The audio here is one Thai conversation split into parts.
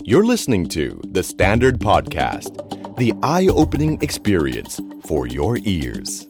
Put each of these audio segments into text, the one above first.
You're listening to The Standard Podcast, the eye-opening experience for your ears.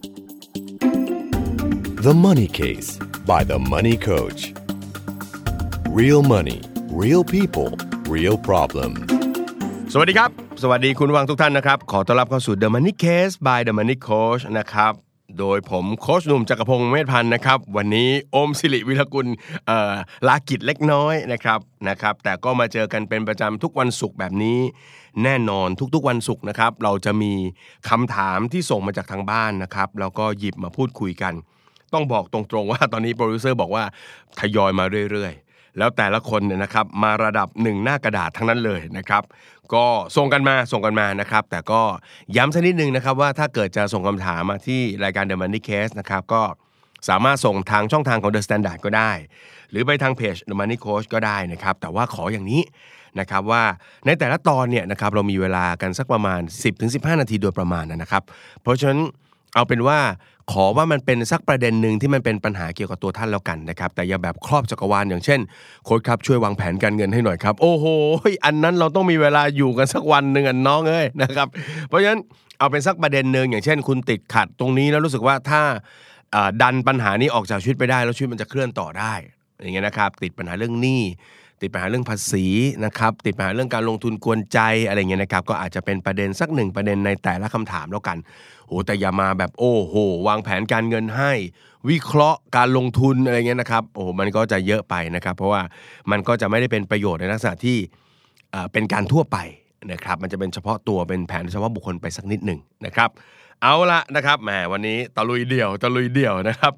The Money Case by The Money Coach. Real money, real people, real problem. สวัสดีครับสวัสดีคุณผู้ฟังทุกท่านนะครับขอต้อนรับเข้าสู่ The Money Case by The Money Coach นะครับโดยผมโค้ชหนุ่มจักรพงศ์เมธพันธ์นะครับวันนี้โอมศิริวิรกุลลากิจเล็กน้อยนะครับแต่ก็มาเจอกันเป็นประจำทุกวันศุกร์แบบนี้แน่นอนทุกๆวันศุกร์นะครับเราจะมีคำถามที่ส่งมาจากทางบ้านนะครับแล้วก็หยิบมาพูดคุยกันต้องบอกตรงๆว่าตอนนี้โปรดิวเซอร์บอกว่าทยอยมาเรื่อยๆแล้วแต่ละคนเนี่ยนะครับมาระดับ1หน้ากระดาษทั้งนั้นเลยนะครับก็ส่งกันมานะครับแต่ก็ย้ำสักนิดนึงนะครับว่าถ้าเกิดจะส่งคำถามมาที่รายการ The Money Case นะครับก็สามารถส่งทางช่องทางของ The Standard ก็ได้หรือไปทางเพจ The Money Coach ก็ได้นะครับแต่ว่าขออย่างนี้นะครับว่าในแต่ละตอนเนี่ยนะครับเรามีเวลากันสักประมาณ 10-15 นาทีโดยประมาณนะครับเพราะฉะนั้นเอาเป็นว่าขอว่ามันเป็นสักประเด็นหนึ่งที่มันเป็นปัญหาเกี่ยวกับตัวท่านแล้วกันนะครับแต่อย่าแบบครอบจักรวาลอย่างเช่นโค้ชครับช่วยวางแผนการเงินให้หน่อยครับโอ้โหอันนั้นเราต้องมีเวลาอยู่กันสักวันนึงน้องเอ้ยนะครับเพราะฉะนั้นเอาเป็นสักประเด็นนึงอย่างเช่นคุณติดขัดตรงนี้แล้วรู้สึกว่าถ้าดันปัญหานี้ออกจากชีวิตไปได้แล้วชีวิตมันจะเคลื่อนต่อได้อย่างเงี้ยนะครับติดปัญหาเรื่องหนี้ติดปัญหาเรื่องภาษีนะครับติดปัญหาเรื่องการลงทุนกวนใจอะไรเงี้ยนะครับก็อาจจะเป็นประเด็นสัก1ประเด็นในแต่ละคำถามแล้วกันโอ้แต่อย่ามาแบบโอ้โหวางแผนการเงินให้วิเคราะห์การลงทุนอะไรเงี้ยนะครับโอ้มันก็จะเยอะไปนะครับเพราะว่ามันก็จะไม่ได้เป็นประโยชน์ในลักษณะที่เป็นการทั่วไปนะครับมันจะเป็นเฉพาะตัวเป็นแผนเฉพาะบุคคลไปสักนิดหนึ่งนะครับเอาละนะครับแหมวันนี้ตะลุยเดี่ยวนะครับ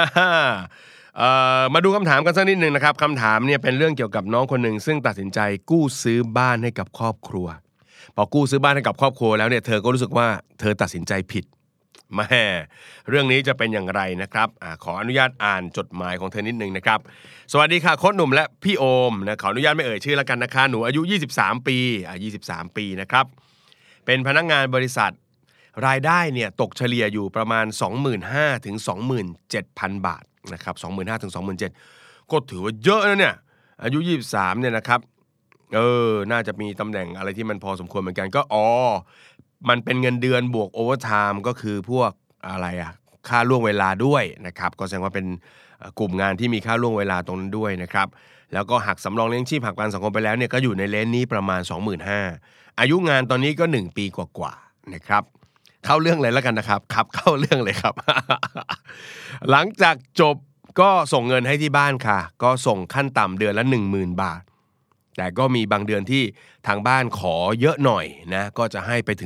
มาดูคำถามกันสักนิดนึงนะครับคำถามเนี่ยเป็นเรื่องเกี่ยวกับน้องคนหนึ่งซึ่งตัดสินใจกู้ซื้อบ้านให้กับครอบครัวพอกู้ซื้อบ้านให้กับครอบครัวแล้วเนี่ยเธอก็รู้สึกว่าเธอตัดสินใจผิดแม่เรื่องนี้จะเป็นอย่างไรนะครับขออนุญาตอ่านจดหมายของเธอนิดนึงนะครับสวัสดีค่ะโค้ชหนุ่มและพี่โอมนะขออนุญาตไม่เอ่ยชื่อแล้วกันนะคะหนูอายุ23ปี23ปีนะครับเป็นพนักงานบริษัทรายได้เนี่ยตกเฉลี่ยอยู่ประมาณ 25,000 ถึง 27,000 บาทนะครับ 25,000 ถึง 27,000 ก็ถือว่าเยอะนะเนี่ยอายุ23เนี่ยนะครับน่าจะมีตำแหน่งอะไรที่มันพอสมควรเหมือนกันก็มันเป็นเงินเดือนบวกโอเวอร์ไทม์ก็คือพวกอะไรค่าล่วงเวลาด้วยนะครับก็แสดงว่าเป็นกลุ่มงานที่มีค่าล่วงเวลาตรงนั้นด้วยนะครับแล้วก็หักสำรองเลี้ยงชีพหักประกันสังคมไปแล้วเนี่ยก็อยู่ในเลนนี้ประมาณ 25,000 อายุงานตอนนี้ก็1ปีกว่าๆนะครับเข้าเรื่องเลยแล้วกันนะครับเข้าเรื่องเลยครับ หลังจากจบก็ส่งเงินให้ที่บ้านค่ะก็ส่งขั้นต่ำเดือนละ 10,000 บาทแต่ก็มีบางเดือนที่ทางบ้านขอเยอะหน่อยนะก็จะให้ไปถึง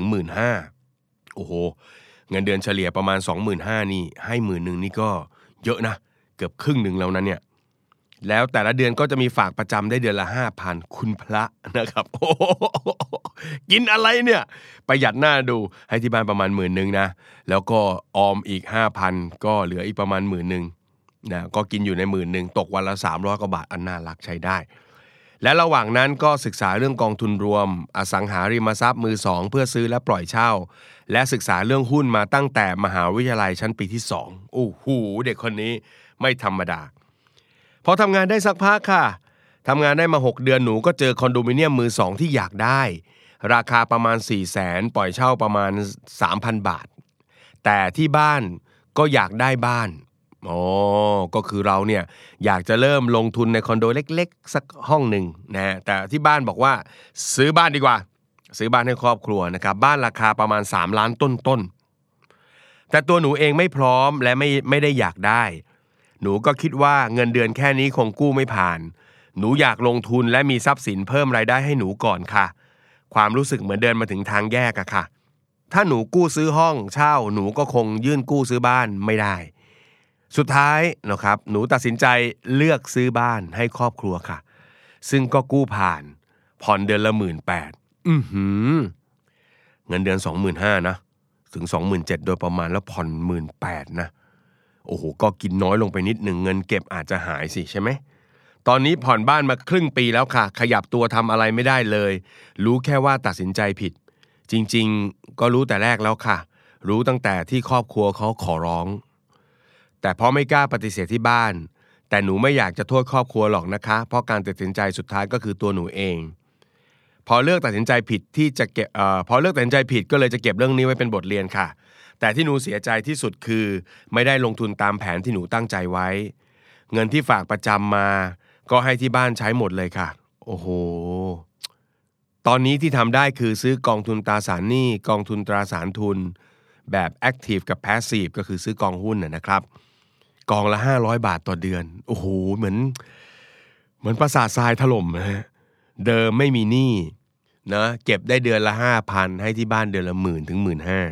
15,000 โอ้โหเงินเดือนเฉลี่ยประมาณ 25,000 นี่ให้ 10,000 นี่ก็เยอะนะเกือบครึ่งนึงแล้วนะเนี่ยแล้วแต่ละเดือนก็จะมีฝากประจำได้เดือนละ 5,000 คุณพระนะครับโอ้กินอะไรเนี่ยประหยัดหน้าดูให้ที่บ้านประมาณ 10,000 นะแล้วก็ออมอีก 5,000 ก็เหลืออีกประมาณ 10,000 นะก็กินอยู่ใน 10,000 ตกวันละ300 กว่าบาทอันน่ารักใช้ได้และระหว่างนั้นก็ศึกษาเรื่องกองทุนรวมอสังหาริมทรัพย์มือ2เพื่อซื้อและปล่อยเช่าและศึกษาเรื่องหุ้นมาตั้งแต่มหาวิทยาลัยชั้นปีที่2โอ้โหเด็กคนนี้ไม่ธรรมดาพอทำงานได้สักพักค่ะทำงานได้มา6เดือนหนูก็เจอคอนโดมิเนียมมือ2ที่อยากได้ราคาประมาณ 400,000 ปล่อยเช่าประมาณ 3,000 บาทแต่ที่บ้านก็อยากได้บ้านก็คือเราเนี่ยอยากจะเริ่มลงทุนในคอนโดเล็กๆสักห้องหนึ่งนะแต่ที่บ้านบอกว่าซื้อบ้านดีกว่าซื้อบ้านให้ครอบครัวนะครับบ้านราคาประมาณ3ล้านต้นๆแต่ตัวหนูเองไม่พร้อมและไม่ได้อยากได้หนูก็คิดว่าเงินเดือนแค่นี้คงกู้ไม่ผ่านหนูอยากลงทุนและมีทรัพย์สินเพิ่มรายได้ให้หนูก่อนค่ะความรู้สึกเหมือนเดินมาถึงทางแยกอะค่ะถ้าหนูกู้ซื้อห้องเช่าหนูก็คงยื่นกู้ซื้อบ้านไม่ได้สุดท้ายนะครับหนูตัดสินใจเลือกซื้อบ้านให้ครอบครัวค่ะซึ่งก็กู้ผ่านผ่อนเดือนละ 18,000 เงินเดือน 25,000 นะถึง 27,000 โดยประมาณแล้วผ่อน 18,000 นะโอ้โหก็กินน้อยลงไปนิดนึงเงินเก็บอาจจะหายสิใช่ไหมตอนนี้ผ่อนบ้านมาครึ่งปีแล้วค่ะขยับตัวทำอะไรไม่ได้เลยรู้แค่ว่าตัดสินใจผิดจริงๆก็รู้แต่แรกแล้วค่ะรู้ตั้งแต่ที่ครอบครัวเขาขอร้องแต่เพราะไม่กล้าปฏิเสธที่บ้านแต่หนูไม่อยากจะโทษครอบครัวหรอกนะคะเพราะการตัดสินใจสุดท้ายก็คือตัวหนูเองพอเลือกตัดสินใจผิดที่จะเก็บพอเลือกตัดสินใจผิดก็เลยจะเก็บเรื่องนี้ไว้เป็นบทเรียนค่ะแต่ที่หนูเสียใจที่สุดคือไม่ได้ลงทุนตามแผนที่หนูตั้งใจไว้เงินที่ฝากประจำมาก็ให้ที่บ้านใช้หมดเลยค่ะโอ้โหตอนนี้ที่ทำได้คือซื้อกองทุนตราสารหนี้กองทุนตราสารทุนแบบ Active กับ Passive ก็คือซื้อกองหุ้นนะครับกองละ500 บาทต่อเดือนโอ้โหเหมือนปราสาททรายถล่มนะฮะเดิมไม่มีหนี้นะเก็บได้เดือนละ 5,000 ให้ที่บ้านเดือนละ 10,000 ถึง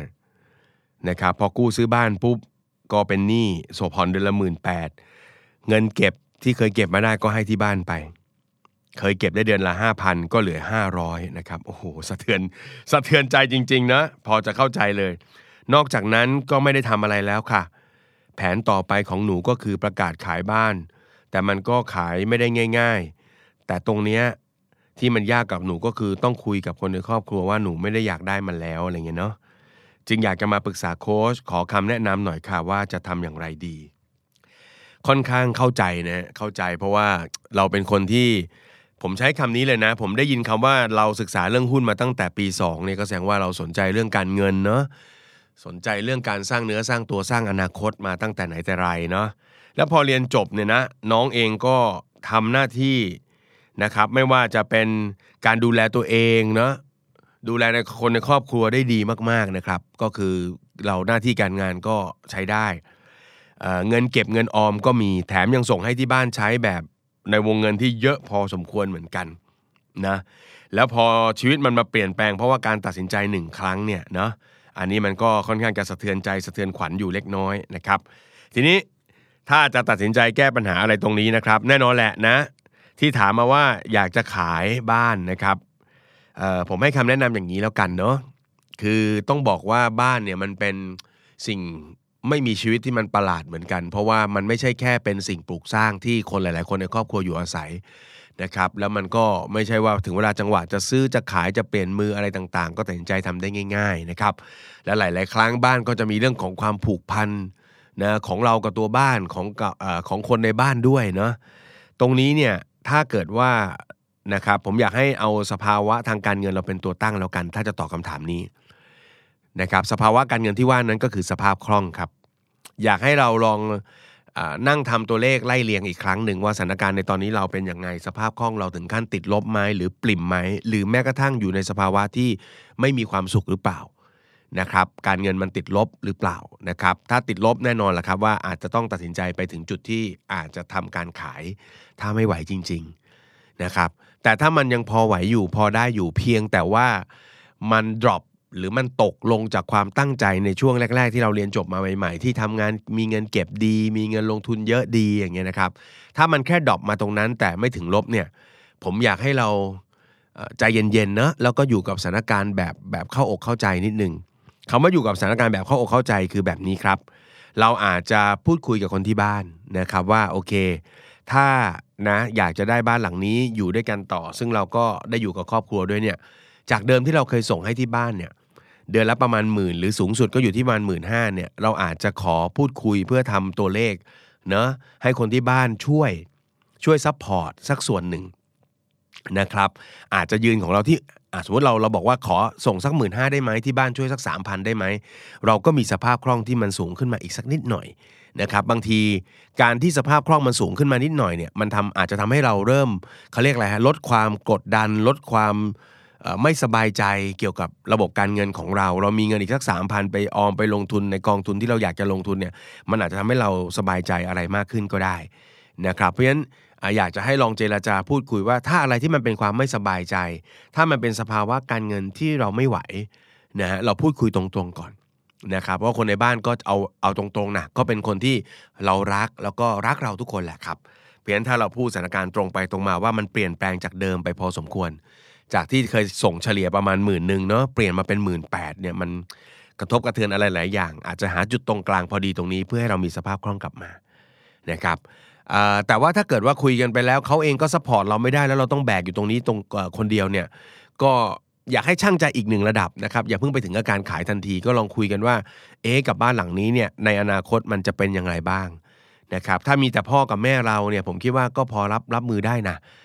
15,000 นะครับพอกู้ซื้อบ้านปุ๊บก็เป็นหนี้โสผ่อนเดือนละ 18,000 เงินเก็บที่เคยเก็บมาได้ก็ให้ที่บ้านไปเคยเก็บได้เดือนละ 5,000 ก็เหลือ500นะครับโอ้โหสะเทือนใจจริงๆนะพอจะเข้าใจเลยนอกจากนั้นก็ไม่ได้ทำอะไรแล้วค่ะแผนต่อไปของหนูก็คือประกาศขายบ้านแต่มันก็ขายไม่ได้ง่ายๆแต่ตรงเนี้ยที่มันยากกับหนูก็คือต้องคุยกับคนในครอบครัวว่าหนูไม่ได้อยากได้มันแล้วอะไรเงี้ยเนาะจึงอยากจะมาปรึกษาโค้ชขอคำแนะนำหน่อยค่ะว่าจะทำอย่างไรดีค่อนข้างเข้าใจนะเข้าใจเพราะว่าเราเป็นคนที่ผมใช้คำนี้เลยนะผมได้ยินคำว่าเราศึกษาเรื่องหุ้นมาตั้งแต่ปี2เนี่ยก็แสดงว่าเราสนใจเรื่องการเงินเนาะสนใจเรื่องการสร้างเนื้อสร้างตัวสร้างอนาคตมาตั้งแต่ไหนแต่ไรเนาะแล้วพอเรียนจบเนี่ยนะน้องเองก็ทำหน้าที่นะครับไม่ว่าจะเป็นการดูแลตัวเองเนาะดูแลคนในครอบครัวได้ดีมากๆนะครับก็คือเราหน้าที่การงานก็ใช้ได้เงินเก็บเงินออมก็มีแถมยังส่งให้ที่บ้านใช้แบบในวงเงินที่เยอะพอสมควรเหมือนกันนะแล้วพอชีวิตมันมาเปลี่ยนแปลงเพราะว่าการตัดสินใจ1ครั้งเนี่ยเนาะอันนี้มันก็ค่อนข้างจะสะเทือนใจสะเทือนขวัญอยู่เล็กน้อยนะครับทีนี้ถ้าจะตัดสินใจแก้ปัญหาอะไรตรงนี้นะครับแน่นอนแหละนะที่ถามมาว่าอยากจะขายบ้านนะครับผมให้คำแนะนำอย่างนี้แล้วกันเนาะคือต้องบอกว่าบ้านเนี่ยมันเป็นสิ่งไม่มีชีวิตที่มันประหลาดเหมือนกันเพราะว่ามันไม่ใช่แค่เป็นสิ่งปลูกสร้างที่คนหลายๆคนในครอบครัวอยู่อาศัยนะครับแล้วมันก็ไม่ใช่ว่าถึงเวลาจังหวะจะซื้อจะขายจะเปลี่ยนมืออะไรต่างๆก็ตัดสินใจทำได้ง่ายๆนะครับและหลายๆครั้งบ้านก็จะมีเรื่องของความผูกพันนะของเรากับตัวบ้านของคนในบ้านด้วยเนาะตรงนี้เนี่ยถ้าเกิดว่านะครับผมอยากให้เอาสภาวะทางการเงินเราเป็นตัวตั้งแล้วกันถ้าจะตอบคำถามนี้นะครับสภาวะการเงินที่ว่านั้นก็คือสภาพคล่องครับอยากให้เราลองนั่งทำตัวเลขไล่เรียงอีกครั้งหนึ่งว่าสถานการณ์ในตอนนี้เราเป็นยังไงสภาพคล่องเราถึงขั้นติดลบไหมหรือปริ่มไหมหรือแม้กระทั่งอยู่ในสภาวะที่ไม่มีความสุขหรือเปล่านะครับการเงินมันติดลบหรือเปล่านะครับถ้าติดลบแน่นอนแหละครับว่าอาจจะต้องตัดสินใจไปถึงจุดที่อาจจะทำการขายถ้าไม่ไหวจริงๆนะครับแต่ถ้ามันยังพอไหวอยู่พอได้อยู่เพียงแต่ว่ามัน dropหรือมันตกลงจากความตั้งใจในช่วงแรกๆที่เราเรียนจบมาใหม่ๆที่ทำงานมีเงินเก็บดีมีเงินลงทุนเยอะดีอย่างเงี้ยนะครับถ้ามันแค่ดรอปมาตรงนั้นแต่ไม่ถึงลบเนี่ยผมอยากให้เราใจเย็นๆนะแล้วก็อยู่กับสถานการณ์แบบเข้าอกเข้าใจนิดนึงคำว่าอยู่กับสถานการณ์แบบเข้าอกเข้าใจคือแบบนี้ครับเราอาจจะพูดคุยกับคนที่บ้านนะครับว่าโอเคถ้านะอยากจะได้บ้านหลังนี้อยู่ด้วยกันต่อซึ่งเราก็ได้อยู่กับครอบครัวด้วยเนี่ยจากเดิมที่เราเคยส่งให้ที่บ้านเนี่ยเดือนละประมาณ10,000หรือสูงสุดก็อยู่ที่ประมาณ 15,000 เนี่ยเราอาจจะขอพูดคุยเพื่อทำตัวเลขเนาะให้คนที่บ้านช่วยซัพพอร์ตสักส่วนหนึ่งนะครับอาจจะยืนของเราที่สมมติเราบอกว่าขอส่งสัก 15,000 ได้ไหมที่บ้านช่วยสัก 3,000 ได้ไหมเราก็มีสภาพคล่องที่มันสูงขึ้นมาอีกสักนิดหน่อยนะครับบางทีการที่สภาพคล่องมันสูงขึ้นมานิดหน่อยเนี่ยมันอาจจะทำให้เราเริ่มเขาเรียกอะไรฮะลดความกดดันลดความไม่สบายใจเกี่ยวกับระบบการเงินของเรามีเงินอีกสัก 3,000 ไปออมไปลงทุนในกองทุนที่เราอยากจะลงทุนเนี่ยมันอาจจะทำให้เราสบายใจอะไรมากขึ้นก็ได้นะครับเพราะฉะนั้นอยากจะให้ลองเจรจาพูดคุยว่าถ้าอะไรที่มันเป็นความไม่สบายใจถ้ามันเป็นสภาวะการเงินที่เราไม่ไหวนะฮะเราพูดคุยตรงๆก่อนนะครับเพราะคนในบ้านก็เอาตรงๆนะก็เป็นคนที่เรารักแล้วก็รักเราทุกคนแหละครับเพราะฉะนั้นถ้าเราพูดสถานการณ์ตรงไปตรงมาว่ามันเปลี่ยนแปลงจากเดิมไปพอสมควรจากที่เคยส่งเฉลี่ยประมาณ 10,000 เนาะเปลี่ยนมาเป็น 18,000 เนี่ยมันกระทบกระเทือนอะไรหลายอย่างอาจจะหาจุดตรงกลางพอดีตรงนี้เพื่อให้เรามีสภาพคล่องกลับมานะครับแต่ว่าถ้าเกิดว่าคุยกันไปแล้วเขาเองก็ซัพพอร์ตเราไม่ได้แล้วเราต้องแบกอยู่ตรงนี้ตรงคนเดียวเนี่ยก็อยากให้ชั่งใจอีก1ระดับนะครับอย่าเพิ่งไปถึงกับการขายทันทีก็ลองคุยกันว่ากับบ้านหลังนี้เนี่ยในอนาคตมันจะเป็นอย่างไรบ้างนะครับถ้ามีแต่พ่อกับแม่เราเนี่ยผมคิดว่าก็พอรับมือได้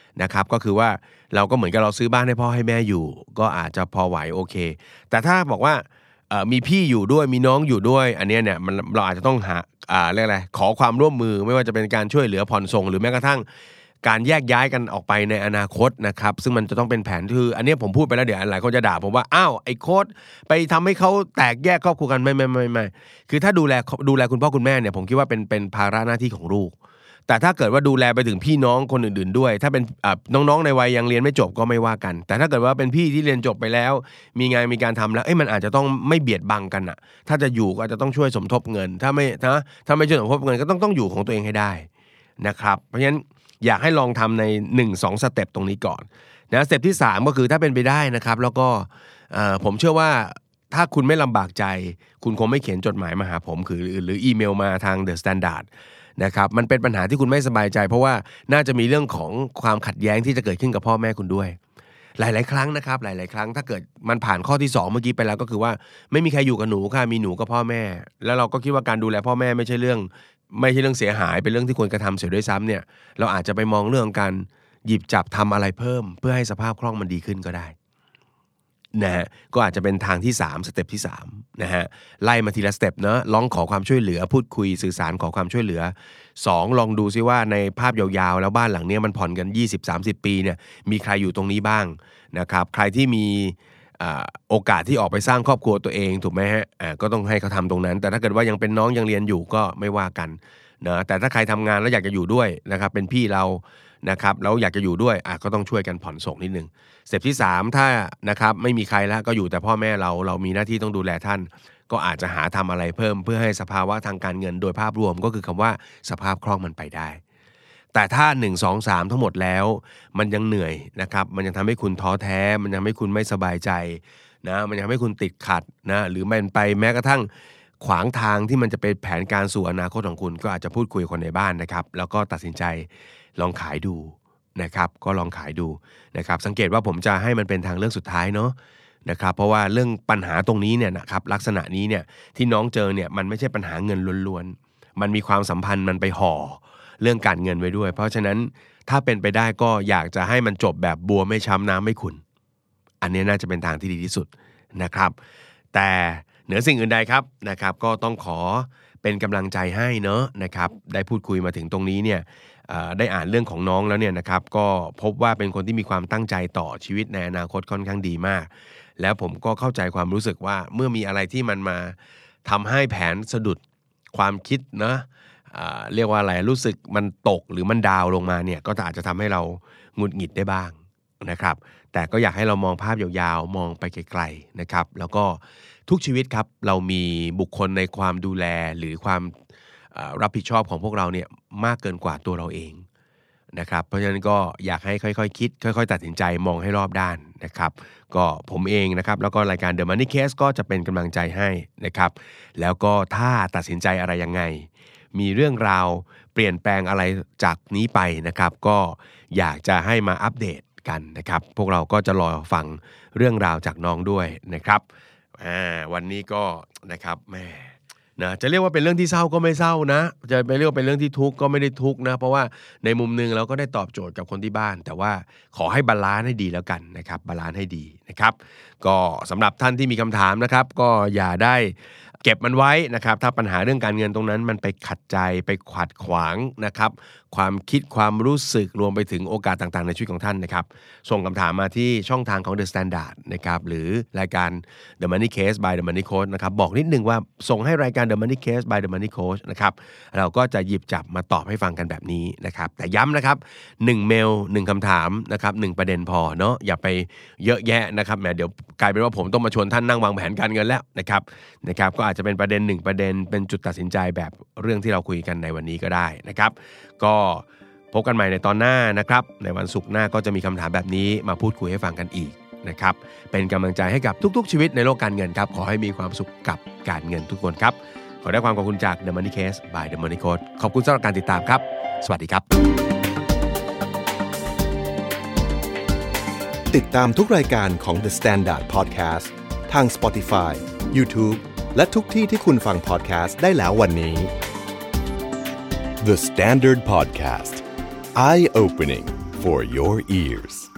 นะครับก็คือว่าเราก็เหมือนกับเราซื้อบ้านให้พ่อให้แม่อยู่ก็อาจจะพอไหวโอเคแต่ถ้าบอกว่ามีพี่อยู่ด้วยมีน้องอยู่ด้วยอันนี้เนี่ยเราอาจจะต้องหาเรียกอะไรขอความร่วมมือไม่ว่าจะเป็นการช่วยเหลือผ่อนส่งหรือแม้กระทั่งการแยกย้ายกันออกไปในอนาคตนะครับซึ่งมันจะต้องเป็นแผนคืออันนี้ผมพูดไปแล้วเดี๋ยวหลายคนจะด่าผมว่าอ้าวไอ้โค้ดไปทำให้เขาแตกแยกครอบครัวกันไม่คือถ้าดูแลคุณพ่อคุณแม่เนี่ยผมคิดว่าเป็นภาระหน้าที่ของลูกแต่ถ้าเกิดว่าดูแลไปถึงพี่น้องคนอื่นๆด้วยถ้าเป็นน้องๆในวัยยังเรียนไม่จบก็ไม่ว่ากันแต่ถ้าเกิดว่าเป็นพี่ที่เรียนจบไปแล้วมีงานมีการทำแล้วมันอาจจะต้องไม่เบียดบังกันอ่ะถ้าจะอยู่ก็อาจจะต้องช่วยสมทบเงินถ้าไม่ช่วยสมทบเงินก็ต้องอยู่ของตัวเองให้ได้นะครับเพราะฉะนั้นอยากให้ลองทำใน 1-2 สเต็ปตรงนี้ก่อนนะสเต็ปที่3ก็คือถ้าเป็นไปได้นะครับแล้วก็ผมเชื่อว่าถ้าคุณไม่ลำบากใจคุณคงไม่เขียนจดหมายมาหาผมหรืออีเมลมาทาง The Standard นะครับมันเป็นปัญหาที่คุณไม่สบายใจเพราะว่าน่าจะมีเรื่องของความขัดแย้งที่จะเกิดขึ้นกับพ่อแม่คุณด้วยหลายๆครั้งนะครับหลายๆครั้งถ้าเกิดมันผ่านข้อที่2เมื่อกี้ไปแล้วก็คือว่าไม่มีใครอยู่กับหนูค่ะมีหนูกับพ่อแม่แล้วเราก็คิดว่าการดูแลพ่อแม่ไม่ใช่เรื่องเสียหายเป็นเรื่องที่ควรกระทำเสียด้วยซ้ำเนี่ยเราอาจจะไปมองเรื่องการหยิบจับทำอะไรเพิ่มเพื่อให้สภาพคล่องมันดีขึ้นก็ได้นะฮะก็อาจจะเป็นทางที่3สเต็ปที่3นะฮะไล่มาทีละสเต็ปเนาะลองขอความช่วยเหลือพูดคุยสื่อสารขอความช่วยเหลือ2ลองดูซิว่าในภาพยาวๆแล้วบ้านหลังนี้มันผ่อนกัน 20-30 ปีเนี่ยมีใครอยู่ตรงนี้บ้างนะครับใครที่มีโอกาสที่ออกไปสร้างครอบครัวตัวเองถูกไหมฮะก็ต้องให้เขาทำตรงนั้นแต่ถ้าเกิดว่ายังเป็นน้องยังเรียนอยู่ก็ไม่ว่ากันนะแต่ถ้าใครทำงานแล้วอยากจะอยู่ด้วยนะครับเป็นพี่เรานะครับแล้วอยากจะอยู่ด้วยก็ต้องช่วยกันผ่อนส่งนิดนึงสเต็ปที่3ถ้านะครับไม่มีใครแล้วก็อยู่แต่พ่อแม่เรามีหน้าที่ต้องดูแลท่านก็อาจจะหาทำอะไรเพิ่มเพื่อให้สภาวะทางการเงินโดยภาพรวมก็คือคำว่าสภาพคล่องมันไปได้แต่ถ้า1 2 3ทั้งหมดแล้วมันยังเหนื่อยนะครับมันยังทำให้คุณท้อแท้มันยังทำให้คุณไม่สบายใจนะมันยังทำให้คุณติดขัดนะหรือมันไปแม้กระทั่งขวางทางที่มันจะเป็นแผนการสู่อนาคตของคุณก็อาจจะพูดคุยกับคนในบ้านนะครับแล้วก็ตัดสินใจลองขายดูนะครับก็ลองขายดูนะครับสังเกตว่าผมจะให้มันเป็นทางเลือกสุดท้ายเนาะนะครับเพราะว่าเรื่องปัญหาตรงนี้เนี่ยนะครับลักษณะนี้เนี่ยที่น้องเจอเนี่ยมันไม่ใช่ปัญหาเงินล้วนๆมันมีความสัมพันธ์มันไปห่อเรื่องการเงินไว้ด้วยเพราะฉะนั้นถ้าเป็นไปได้ก็อยากจะให้มันจบแบบบัวไม่ช้ำน้ำไม่ขุ่นอันนี้น่าจะเป็นทางที่ดีที่สุดนะครับแต่เหนือสิ่งอื่นใดครับนะครับก็ต้องขอเป็นกำลังใจให้เนาะนะครับได้พูดคุยมาถึงตรงนี้เนี่ยได้อ่านเรื่องของน้องแล้วเนี่ยนะครับก็พบว่าเป็นคนที่มีความตั้งใจต่อชีวิตในอนาคตค่อนข้างดีมากแล้วผมก็เข้าใจความรู้สึกว่าเมื่อมีอะไรที่มันมาทำให้แผนสะดุดความคิดนะเรียกว่าอะไรรู้สึกมันตกหรือมันดาวลงมาเนี่ยก็อาจจะทำให้เราหงุดหงิดได้บ้างนะครับแต่ก็อยากให้เรามองภาพยาวๆมองไปไกลๆนะครับแล้วก็ทุกชีวิตครับเรามีบุคคลในความดูแลหรือความรับผิดชอบของพวกเราเนี่ยมากเกินกว่าตัวเราเองนะครับเพราะฉะนั้นก็อยากให้ค่อยๆคิดค่อยๆตัดสินใจมองให้รอบด้านนะครับก็ผมเองนะครับแล้วก็รายการ The Money Case ก็จะเป็นกำลังใจให้นะครับแล้วก็ถ้าตัดสินใจอะไรยังไงมีเรื่องราวเปลี่ยนแปลงอะไรจากนี้ไปนะครับก็อยากจะให้มาอัปเดตกันนะครับพวกเราก็จะรอฟังเรื่องราวจากน้องด้วยนะครับวันนี้ก็นะครับแม่นะจะเรียกว่าเป็นเรื่องที่เศร้าก็ไม่เศร้านะจะไปเรียกว่าเป็นเรื่องที่ทุกข์ก็ไม่ได้ทุกข์นะเพราะว่าในมุมนึงเราก็ได้ตอบโจทย์กับคนที่บ้านแต่ว่าขอให้บาลานซ์ให้ดีแล้วกันนะครับบาลานซ์ให้ดีนะครับก็สำหรับท่านที่มีคำถามนะครับก็อย่าได้เก็บมันไว้นะครับถ้าปัญหาเรื่องการเงินตรงนั้นมันไปขัดใจไปขัดขวางนะครับความคิดความรู้สึกรวมไปถึงโอกาสต่างๆในชีวิตของท่านนะครับส่งคำถามมาที่ช่องทางของ The Standard นะครับหรือรายการ The Money Case by The Money Coach นะครับบอกนิดนึงว่าส่งให้รายการ The Money Case by The Money Coach นะครับเราก็จะหยิบจับมาตอบให้ฟังกันแบบนี้นะครับแต่ย้ำนะครับ1เมล1คำถามนะครับ1ประเด็นพอเนาะอย่าไปเยอะแยะนะครับแหมเดี๋ยวกลายเป็นว่าผมต้องมาชวนท่านนั่งวางแผนการเงินแล้วนะครับก็อาจจะเป็นประเด็น1ประเด็นเป็นจุดตัดสินใจแบบเรื่องที่เราคุยกันในวันนี้ก็ได้นะครับก็พบกันใหม่ในตอนหน้านะครับในวันศุกร์หน้าก็จะมีคำถามแบบนี้มาพูดคุยให้ฟังกันอีกนะครับเป็นกำลังใจให้กับทุกๆชีวิตในโลกการเงินครับขอให้มีความสุขกับการเงินทุกคนครับขอได้ความขอบคุณจาก The Money Case by The Money Coach ขอบคุณสำหรับการติดตามครับสวัสดีครับติดตามทุกรายการของ The Standard Podcast ทาง Spotify, YouTube และทุกที่ที่คุณฟัง podcast ได้แล้ววันนี้ The Standard Podcast Eye Opening for your ears